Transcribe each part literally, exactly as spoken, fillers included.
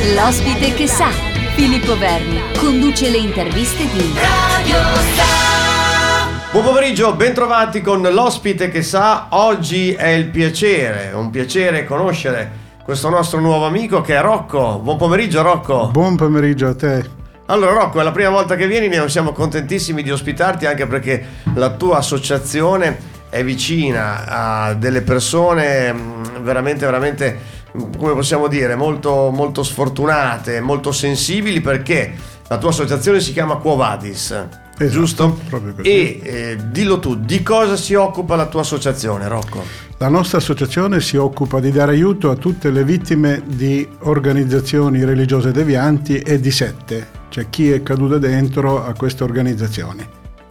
L'ospite che sa. Filippo Verni conduce le interviste di Radio Star. Buon pomeriggio, bentrovati con l'ospite che sa. Oggi è il piacere, un piacere conoscere questo nostro nuovo amico che è Rocco. Buon pomeriggio Rocco. Buon pomeriggio a te. Allora Rocco, è la prima volta che vieni, noi siamo contentissimi di ospitarti, anche perché la tua associazione è vicina a delle persone veramente, veramente, come possiamo dire, molto, molto sfortunate, molto sensibili, perché la tua associazione si chiama Quo Vadis, esatto, giusto? Proprio così. E eh, dillo tu, di cosa si occupa la tua associazione, Rocco? La nostra associazione si occupa di dare aiuto a tutte le vittime di organizzazioni religiose devianti e di sette, cioè chi è caduto dentro a queste organizzazioni.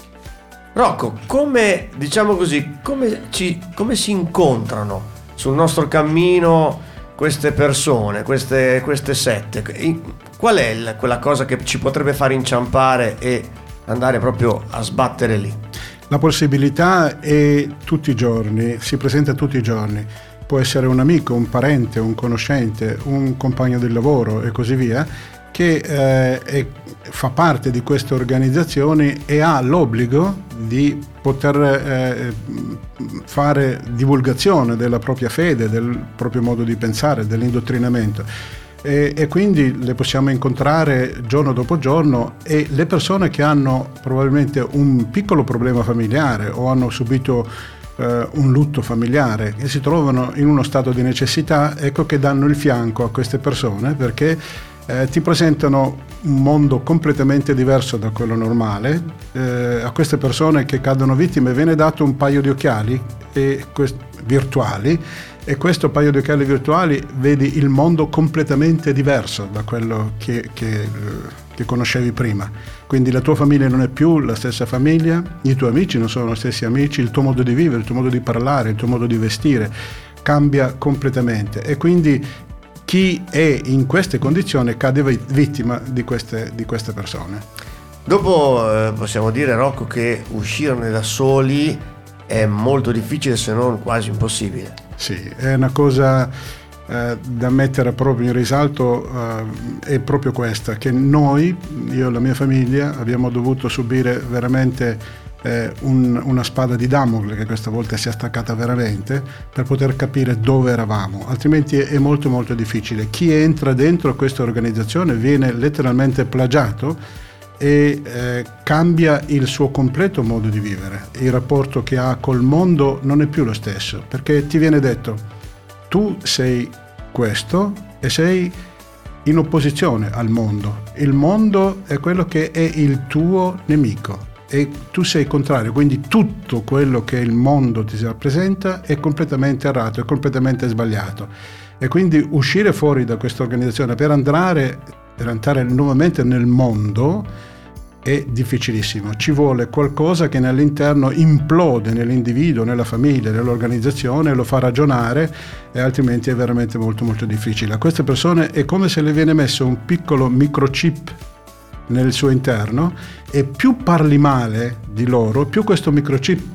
Rocco, come, diciamo così, come, ci, come si incontrano sul nostro cammino queste persone, queste, queste sette? Qual è il, quella cosa che ci potrebbe far inciampare e andare proprio a sbattere lì? La possibilità è tutti i giorni, si presenta tutti i giorni. Può essere un amico, un parente, un conoscente, un compagno di lavoro e così via, che eh, è, fa parte di queste organizzazioni e ha l'obbligo di poter eh, fare divulgazione della propria fede, del proprio modo di pensare, dell'indottrinamento. E, e quindi le possiamo incontrare giorno dopo giorno, e le persone che hanno probabilmente un piccolo problema familiare o hanno subito eh, un lutto familiare e si trovano in uno stato di necessità, ecco che danno il fianco a queste persone, perché eh, ti presentano un mondo completamente diverso da quello normale. Eh, a queste persone che cadono vittime viene dato un paio di occhiali e quest- virtuali, e questo paio di occhiali virtuali vedi il mondo completamente diverso da quello che, che, che conoscevi prima. Quindi la tua famiglia non è più la stessa famiglia, i tuoi amici non sono gli stessi amici, il tuo modo di vivere, il tuo modo di parlare, il tuo modo di vestire cambia completamente, e quindi chi è in queste condizioni cade vittima di queste, di queste persone. Dopo eh, possiamo dire, Rocco, che uscirne da soli è molto difficile, se non quasi impossibile. Sì, è una cosa eh, da mettere proprio in risalto, eh, è proprio questa, che noi, io e la mia famiglia, abbiamo dovuto subire veramente eh, un, una spada di Damocle, che questa volta si è staccata veramente, per poter capire dove eravamo, altrimenti è molto molto difficile. Chi entra dentro questa organizzazione viene letteralmente plagiato e eh, cambia il suo completo modo di vivere. Il rapporto che ha col mondo non è più lo stesso, perché ti viene detto: tu sei questo e sei in opposizione al mondo, il mondo è quello che è il tuo nemico e tu sei contrario, quindi tutto quello che il mondo ti rappresenta è completamente errato, è completamente sbagliato. E quindi uscire fuori da questa organizzazione per andare per entrare nuovamente nel mondo è difficilissimo. Ci vuole qualcosa che nell'interno implode nell'individuo, nella famiglia, nell'organizzazione, lo fa ragionare, e altrimenti è veramente molto molto difficile. A queste persone è come se le viene messo un piccolo microchip nel suo interno, e più parli male di loro, più questo microchip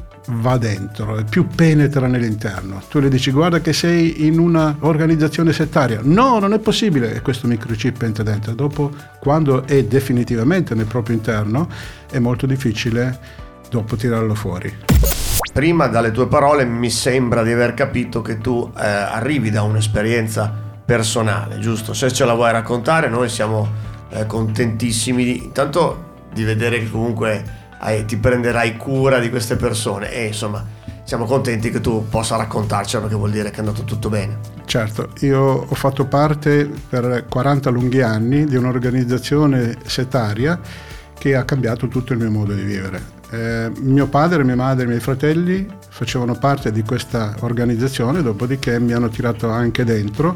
va dentro e più penetra nell'interno. Tu le dici: guarda che sei in una organizzazione settaria. No, non è possibile. E questo microchip entra dentro. Dopo, quando è definitivamente nel proprio interno, è molto difficile dopo tirarlo fuori. Prima, dalle tue parole, mi sembra di aver capito che tu eh, arrivi da un'esperienza personale, giusto? Se ce la vuoi raccontare, noi siamo eh, contentissimi di, intanto di vedere che comunque ti prenderai cura di queste persone, e insomma siamo contenti che tu possa raccontarcela, perché vuol dire che è andato tutto bene. Certo, io ho fatto parte per quaranta lunghi anni di un'organizzazione settaria che ha cambiato tutto il mio modo di vivere. Eh, mio padre, mia madre e i miei fratelli facevano parte di questa organizzazione, dopodiché mi hanno tirato anche dentro,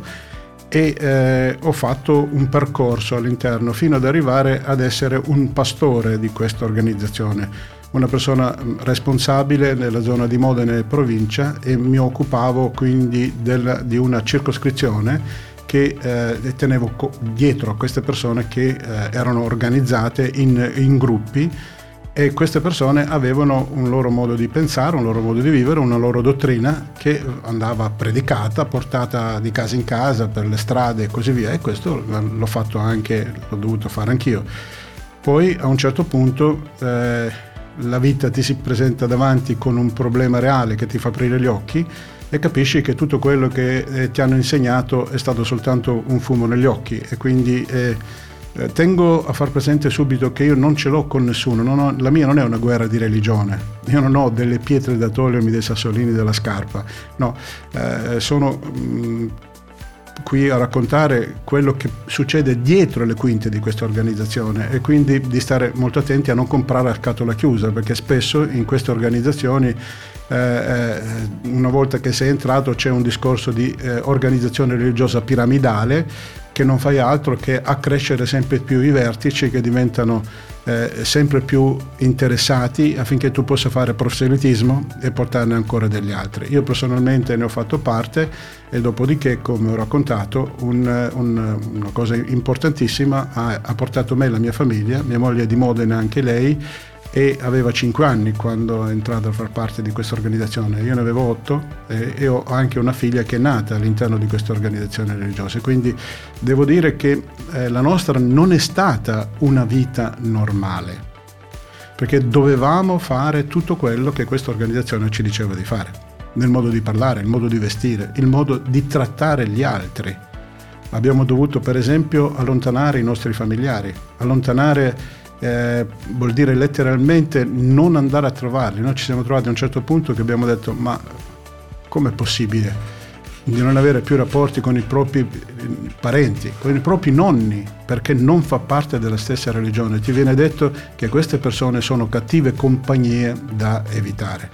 e eh, ho fatto un percorso all'interno fino ad arrivare ad essere un pastore di questa organizzazione, una persona responsabile nella zona di Modena e provincia, e mi occupavo quindi del, di una circoscrizione che eh, tenevo co- dietro a queste persone che eh, erano organizzate in, in gruppi e queste persone avevano un loro modo di pensare, un loro modo di vivere, una loro dottrina che andava predicata, portata di casa in casa, per le strade e così via, e questo l'ho fatto anche, l'ho dovuto fare anch'io. Poi a un certo punto eh, la vita ti si presenta davanti con un problema reale che ti fa aprire gli occhi e capisci che tutto quello che eh, ti hanno insegnato è stato soltanto un fumo negli occhi, e quindi eh, Eh, tengo a far presente subito che io non ce l'ho con nessuno, non ho, la mia non è una guerra di religione, io non ho delle pietre da togliermi, dei sassolini della scarpa, no, eh, sono mh, qui a raccontare quello che succede dietro le quinte di questa organizzazione, e quindi di stare molto attenti a non comprare a scatola chiusa, perché spesso in queste organizzazioni eh, una volta che sei entrato c'è un discorso di eh, organizzazione religiosa piramidale che non fai altro che accrescere sempre più i vertici, che diventano eh, sempre più interessati affinché tu possa fare proselitismo e portarne ancora degli altri. Io personalmente ne ho fatto parte, e dopodiché, come ho raccontato, un, un, una cosa importantissima ha, ha portato me e la mia famiglia. Mia moglie è di Modena anche lei, e aveva cinque anni quando è entrata a far parte di questa organizzazione. Io ne avevo otto e, e ho anche una figlia che è nata all'interno di questa organizzazione religiosa, quindi devo dire che eh, la nostra non è stata una vita normale, perché dovevamo fare tutto quello che questa organizzazione ci diceva di fare, nel modo di parlare, il modo di vestire, il modo di trattare gli altri. Abbiamo dovuto, per esempio, allontanare i nostri familiari, allontanare Eh, vuol dire letteralmente non andare a trovarli. Noi ci siamo trovati a un certo punto che abbiamo detto: ma com'è possibile di non avere più rapporti con i propri parenti, con i propri nonni, perché non fa parte della stessa religione? Ti viene detto che queste persone sono cattive compagnie da evitare.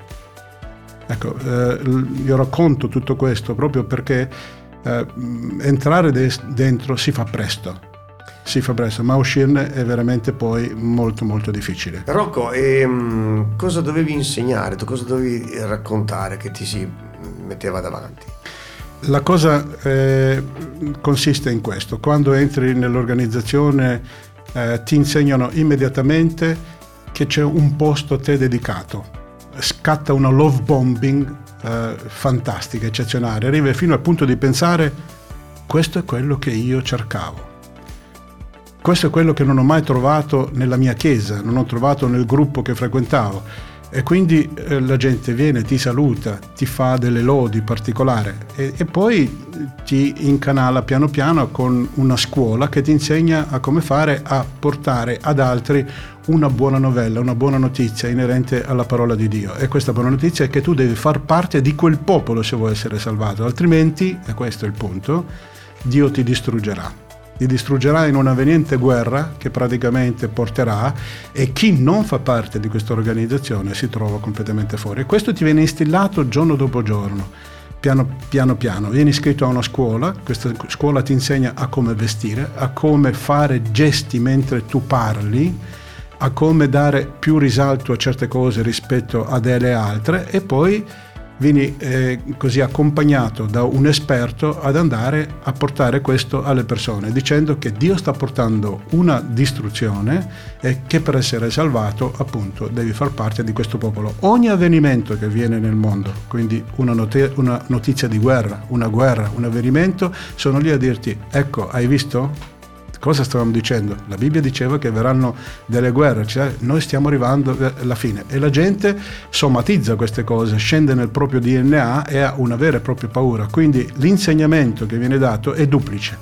Ecco, eh, io racconto tutto questo proprio perché eh, entrare de- dentro si fa presto si fa presto, ma uscirne è veramente poi molto molto difficile. Rocco, ehm, cosa dovevi insegnare? Tu cosa dovevi raccontare che ti si metteva davanti? La cosa eh, consiste in questo: quando entri nell'organizzazione eh, ti insegnano immediatamente che c'è un posto a te dedicato, scatta una love bombing eh, fantastica, eccezionale, arrivi fino al punto di pensare: questo è quello che io cercavo. Questo è quello che non ho mai trovato nella mia chiesa, non ho trovato nel gruppo che frequentavo. E quindi eh, la gente viene, ti saluta, ti fa delle lodi particolari e, e poi ti incanala piano piano con una scuola che ti insegna a come fare a portare ad altri una buona novella, una buona notizia inerente alla parola di Dio. E questa buona notizia è che tu devi far parte di quel popolo se vuoi essere salvato, altrimenti, e questo è il punto, Dio ti distruggerà. Ti distruggerà in un'avveniente guerra che praticamente porterà, e chi non fa parte di questa organizzazione si trova completamente fuori. E questo ti viene instillato giorno dopo giorno, piano piano piano. Vieni iscritto a una scuola, questa scuola ti insegna a come vestire, a come fare gesti mentre tu parli, a come dare più risalto a certe cose rispetto a delle altre, e poi vieni eh, così accompagnato da un esperto ad andare a portare questo alle persone, dicendo che Dio sta portando una distruzione e che per essere salvato appunto devi far parte di questo popolo. Ogni avvenimento che viene nel mondo, quindi una, not- una notizia di guerra, una guerra, un avvenimento, sono lì a dirti: ecco, hai visto? Cosa stavamo dicendo? La Bibbia diceva che verranno delle guerre, cioè noi stiamo arrivando alla fine, e la gente somatizza queste cose, scende nel proprio D N A e ha una vera e propria paura. Quindi l'insegnamento che viene dato è duplice: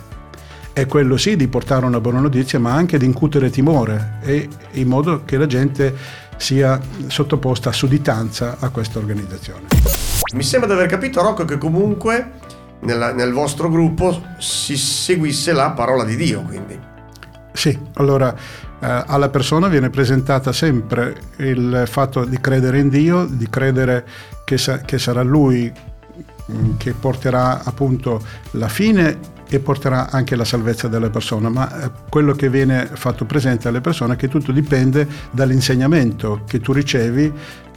è quello sì di portare una buona notizia, ma anche di incutere timore, e in modo che la gente sia sottoposta a sudditanza a questa organizzazione. Mi sembra di aver capito, Rocco, che comunque Nella, nel vostro gruppo si seguisse la parola di Dio, quindi. Sì, allora eh, alla persona viene presentata sempre il fatto di credere in Dio, di credere che, sa- che sarà Lui mh, che porterà appunto la fine e porterà anche la salvezza delle persone, ma eh, quello che viene fatto presente alle persone è che tutto dipende dall'insegnamento che tu ricevi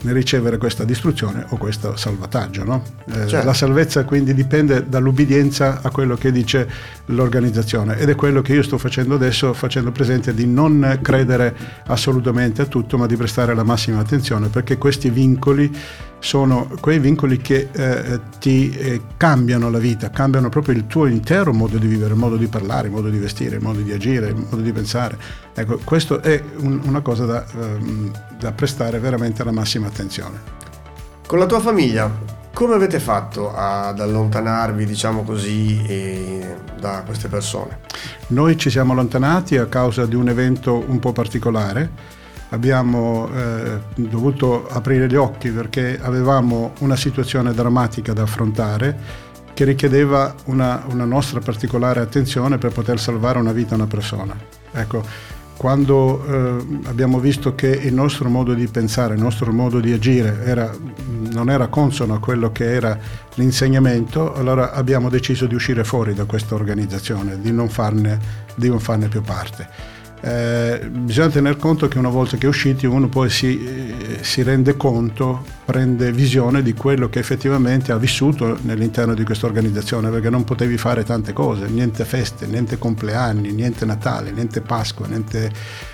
nel ricevere questa distruzione o questo salvataggio, no? Eh, certo. La salvezza quindi dipende dall'ubbidienza a quello che dice l'organizzazione, ed è quello che io sto facendo adesso, facendo presente di non credere assolutamente a tutto, ma di prestare la massima attenzione, perché questi vincoli sono quei vincoli che eh, ti eh, cambiano la vita, cambiano proprio il tuo intero modo di vivere, il modo di parlare, il modo di vestire, il modo di agire, il modo di pensare. Ecco, questo è un, una cosa da, um, da prestare veramente la massima attenzione. Con la tua famiglia, come avete fatto ad allontanarvi, diciamo così, eh, da queste persone? Noi ci siamo allontanati a causa di un evento un po' particolare. Abbiamo eh, dovuto aprire gli occhi perché avevamo una situazione drammatica da affrontare che richiedeva una, una nostra particolare attenzione per poter salvare una vita a una persona. Ecco, quando eh, abbiamo visto che il nostro modo di pensare, il nostro modo di agire era, non era consono a quello che era l'insegnamento, allora abbiamo deciso di uscire fuori da questa organizzazione, di non farne, di non farne più parte. Eh, bisogna tener conto che una volta che è usciti uno poi si, eh, si rende conto, prende visione di quello che effettivamente ha vissuto nell'interno di questa organizzazione, perché non potevi fare tante cose, niente feste, niente compleanni, niente Natale, niente Pasqua, niente,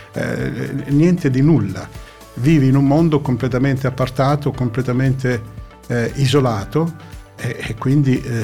eh, niente di nulla. Vivi in un mondo completamente appartato, completamente eh, isolato e, e quindi eh,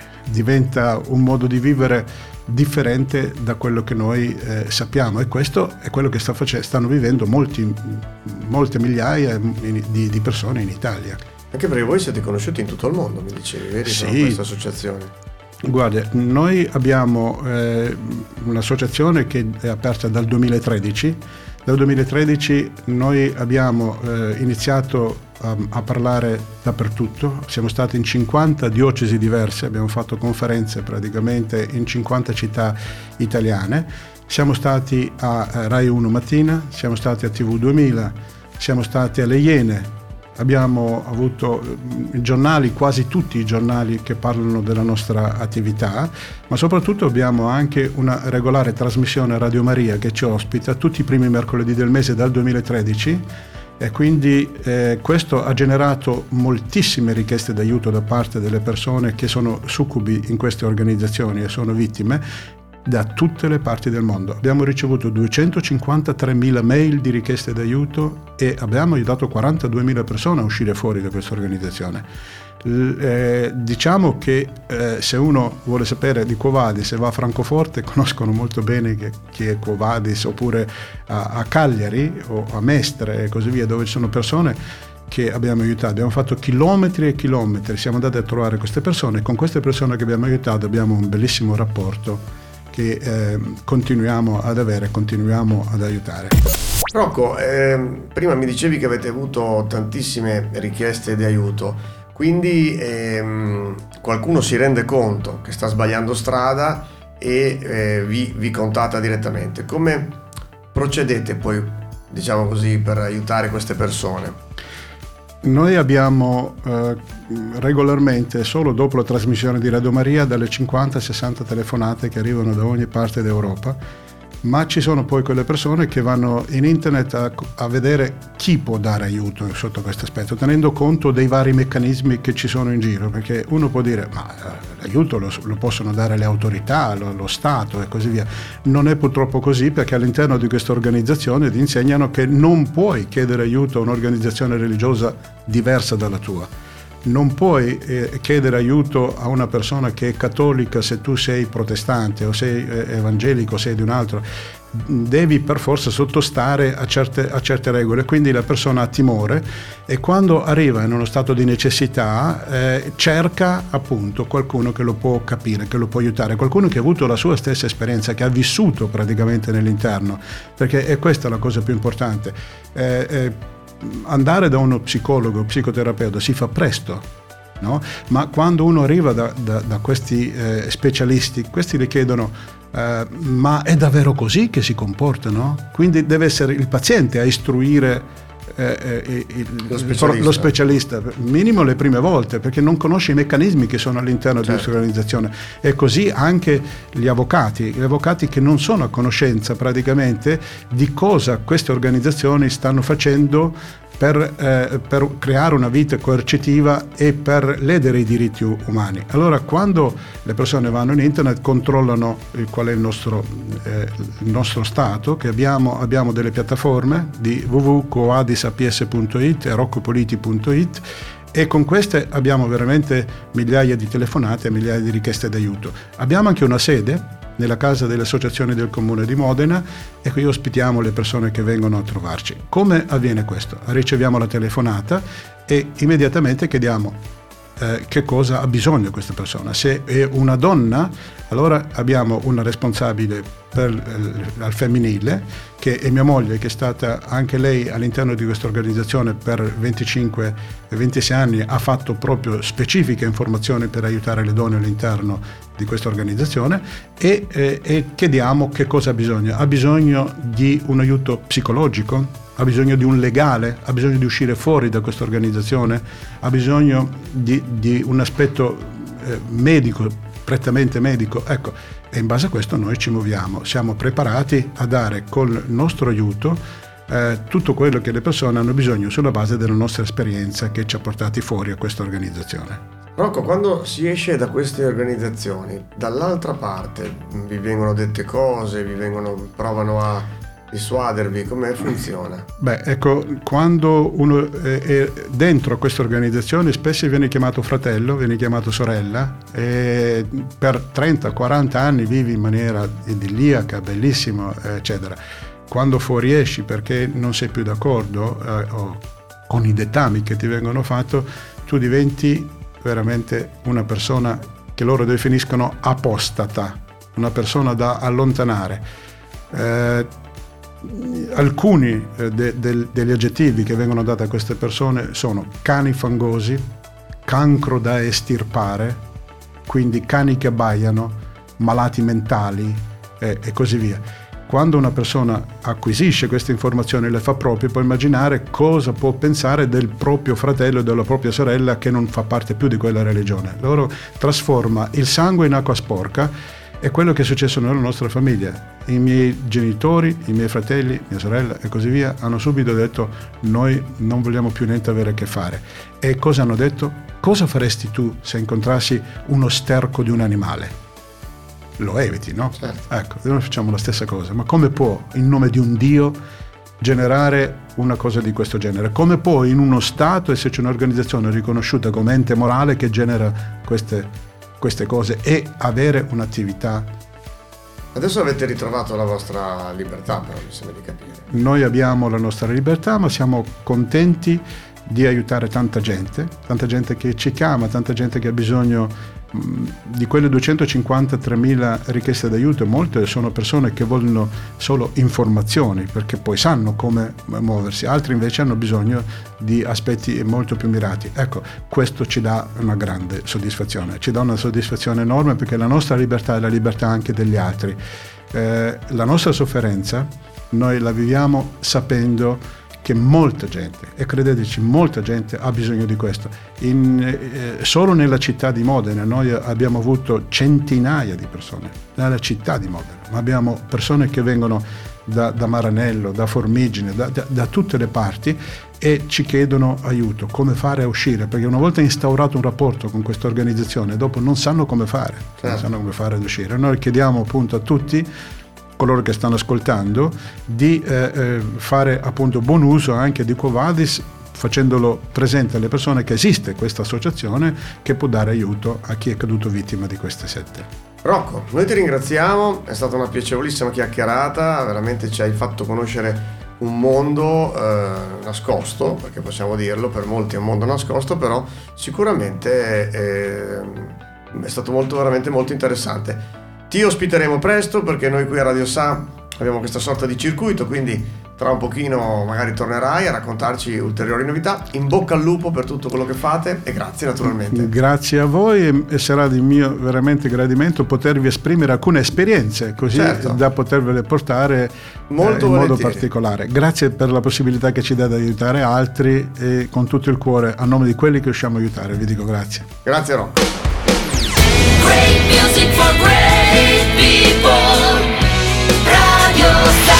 diventa un modo di vivere differente da quello che noi eh, sappiamo, e questo è quello che sta face- stanno vivendo molti, molte migliaia di, di persone in Italia. Anche perché voi siete conosciuti in tutto il mondo, mi dicevi, veri? Sì. Con questa associazione. Guarda, noi abbiamo eh, un'associazione che è aperta dal duemilatredici. Dal duemilatredici noi abbiamo eh, iniziato a, a parlare dappertutto, siamo stati in cinquanta diocesi diverse, abbiamo fatto conferenze praticamente in cinquanta città italiane, siamo stati a Rai uno Mattina, siamo stati a T V duemila, siamo stati alle Iene, abbiamo avuto i giornali, quasi tutti i giornali che parlano della nostra attività, ma soprattutto abbiamo anche una regolare trasmissione Radio Maria che ci ospita tutti i primi mercoledì del mese dal duemilatredici, e quindi eh, questo ha generato moltissime richieste d'aiuto da parte delle persone che sono succubi in queste organizzazioni e sono vittime da tutte le parti del mondo. Abbiamo ricevuto duecentocinquantatremila mail di richieste d'aiuto e abbiamo aiutato quarantaduemila persone a uscire fuori da questa organizzazione. L- eh, diciamo che eh, se uno vuole sapere di Quo Vadis, se va a Francoforte conoscono molto bene che, chi è Quo Vadis, oppure a, a Cagliari o a Mestre e così via, dove ci sono persone che abbiamo aiutato. Abbiamo fatto chilometri e chilometri, siamo andati a trovare queste persone, con queste persone che abbiamo aiutato abbiamo un bellissimo rapporto che eh, continuiamo ad avere, continuiamo ad aiutare. Rocco, ehm, prima mi dicevi che avete avuto tantissime richieste di aiuto, quindi ehm, qualcuno si rende conto che sta sbagliando strada e eh, vi, vi contatta direttamente. Come procedete poi, diciamo così, per aiutare queste persone? Noi abbiamo eh, regolarmente, solo dopo la trasmissione di Radio Maria, dalle cinquanta sessanta telefonate che arrivano da ogni parte d'Europa, ma ci sono poi quelle persone che vanno in internet a, a vedere chi può dare aiuto sotto questo aspetto, tenendo conto dei vari meccanismi che ci sono in giro, perché uno può dire ma l'aiuto lo, lo possono dare le autorità, lo, lo Stato e così via. Non è purtroppo così, perché all'interno di questa organizzazione ti insegnano che non puoi chiedere aiuto a un'organizzazione religiosa diversa dalla tua. Non puoi eh, chiedere aiuto a una persona che è cattolica se tu sei protestante o sei eh, evangelico o sei di un altro. Devi per forza sottostare a certe, a certe regole, quindi la persona ha timore e quando arriva in uno stato di necessità eh, cerca appunto qualcuno che lo può capire, che lo può aiutare, qualcuno che ha avuto la sua stessa esperienza, che ha vissuto praticamente nell'interno, perché è questa la cosa più importante. Eh, eh, andare da uno psicologo, psicoterapeuta si fa presto, no? Ma quando uno arriva da, da, da questi eh, specialisti, questi le chiedono eh, ma è davvero così che si comportano? Quindi deve essere il paziente a istruire eh, eh, il, lo, specialista. lo specialista, minimo le prime volte, perché non conosce i meccanismi che sono all'interno certo. di questa organizzazione. E così anche gli avvocati, gli avvocati che non sono a conoscenza praticamente di cosa queste organizzazioni stanno facendo per, eh, per creare una vita coercitiva e per ledere i diritti umani. Allora, quando le persone vanno in internet, controllano il, qual è il nostro, eh, il nostro stato, che abbiamo, abbiamo delle piattaforme di w w w punto coadisaps punto it e roccopoliti punto it, e con queste abbiamo veramente migliaia di telefonate e migliaia di richieste d'aiuto. Abbiamo anche una sede nella casa delle associazioni del Comune di Modena, e qui ospitiamo le persone che vengono a trovarci. Come avviene questo? Riceviamo la telefonata e immediatamente chiediamo eh, che cosa ha bisogno questa persona. Se è una donna, allora abbiamo una responsabile per, eh, al femminile, che è mia moglie, che è stata anche lei all'interno di questa organizzazione per venticinque ventisei anni, ha fatto proprio specifiche informazioni per aiutare le donne all'interno di questa organizzazione, e, eh, e chiediamo che cosa ha bisogno. Ha bisogno di un aiuto psicologico? Ha bisogno di un legale? Ha bisogno di uscire fuori da questa organizzazione? Ha bisogno di, di un aspetto eh, medico, prettamente medico? Ecco, e in base a questo noi ci muoviamo. Siamo preparati a dare col nostro aiuto eh, tutto quello che le persone hanno bisogno sulla base della nostra esperienza che ci ha portati fuori a questa organizzazione. Rocco, quando si esce da queste organizzazioni, dall'altra parte vi vengono dette cose, vi vengono, provano a dissuadervi, come funziona? Beh, ecco, quando uno è dentro a queste organizzazioni spesso viene chiamato fratello, viene chiamato sorella, e per trenta quaranta anni vivi in maniera idilliaca, bellissimo, eccetera. Quando fuoriesci perché non sei più d'accordo eh, o con i dettami che ti vengono fatti, tu diventi veramente una persona che loro definiscono apostata, una persona da allontanare. Eh, alcuni eh, de, de, degli aggettivi che vengono dati a queste persone sono cani fangosi, cancro da estirpare, quindi cani che abbaiano, malati mentali eh, e così via. Quando una persona acquisisce queste informazioni e le fa proprie, può immaginare cosa può pensare del proprio fratello e della propria sorella che non fa parte più di quella religione. Loro trasforma il sangue in acqua sporca. È quello che è successo nella nostra famiglia. I miei genitori, i miei fratelli, mia sorella e così via hanno subito detto: noi non vogliamo più niente avere a che fare. E cosa hanno detto? Cosa faresti tu se incontrassi uno sterco di un animale? Lo eviti, no? Certo. Ecco, noi facciamo la stessa cosa. Ma come può, in nome di un Dio, generare una cosa di questo genere? Come può in uno Stato esserci un'organizzazione riconosciuta come ente morale che genera queste, queste cose e avere un'attività? Adesso avete ritrovato la vostra libertà, però mi sembra di capire. Noi abbiamo la nostra libertà, ma siamo contenti di aiutare tanta gente, tanta gente che ci chiama, tanta gente che ha bisogno. Di quelle duecentocinquantatremila richieste d'aiuto, molte sono persone che vogliono solo informazioni perché poi sanno come muoversi, altri invece hanno bisogno di aspetti molto più mirati. Ecco, questo ci dà una grande soddisfazione, ci dà una soddisfazione enorme, perché la nostra libertà è la libertà anche degli altri. Eh, la nostra sofferenza noi la viviamo sapendo che molta gente, e credeteci, molta gente ha bisogno di questo. In, eh, solo nella città di Modena noi abbiamo avuto centinaia di persone, nella città di Modena, ma abbiamo persone che vengono da, da Maranello, da Formigine, da, da, da tutte le parti, e ci chiedono aiuto, come fare a uscire, perché una volta instaurato un rapporto con questa organizzazione, dopo non sanno come fare, certo. non sanno come fare ad uscire. Noi chiediamo appunto a tutti coloro che stanno ascoltando di eh, eh, fare appunto buon uso anche di Quo Vadis, facendolo presente alle persone che esiste questa associazione che può dare aiuto a chi è caduto vittima di queste sette. Rocco, noi ti ringraziamo, è stata una piacevolissima chiacchierata, veramente ci hai fatto conoscere un mondo eh, nascosto, perché possiamo dirlo, per molti è un mondo nascosto, però sicuramente è, è stato molto, veramente molto interessante. Ti ospiteremo presto, perché noi qui a Radio Sa abbiamo questa sorta di circuito, quindi tra un pochino magari tornerai a raccontarci ulteriori novità. In bocca al lupo per tutto quello che fate e grazie naturalmente. Grazie a voi, e sarà di mio veramente gradimento potervi esprimere alcune esperienze, così certo. da potervele portare molto eh, in modo volentieri. particolare. Grazie per la possibilità che ci dà di aiutare altri, e con tutto il cuore, a nome di quelli che riusciamo a aiutare, vi dico grazie. Grazie Rocco. Great music for great people. Radio Sa.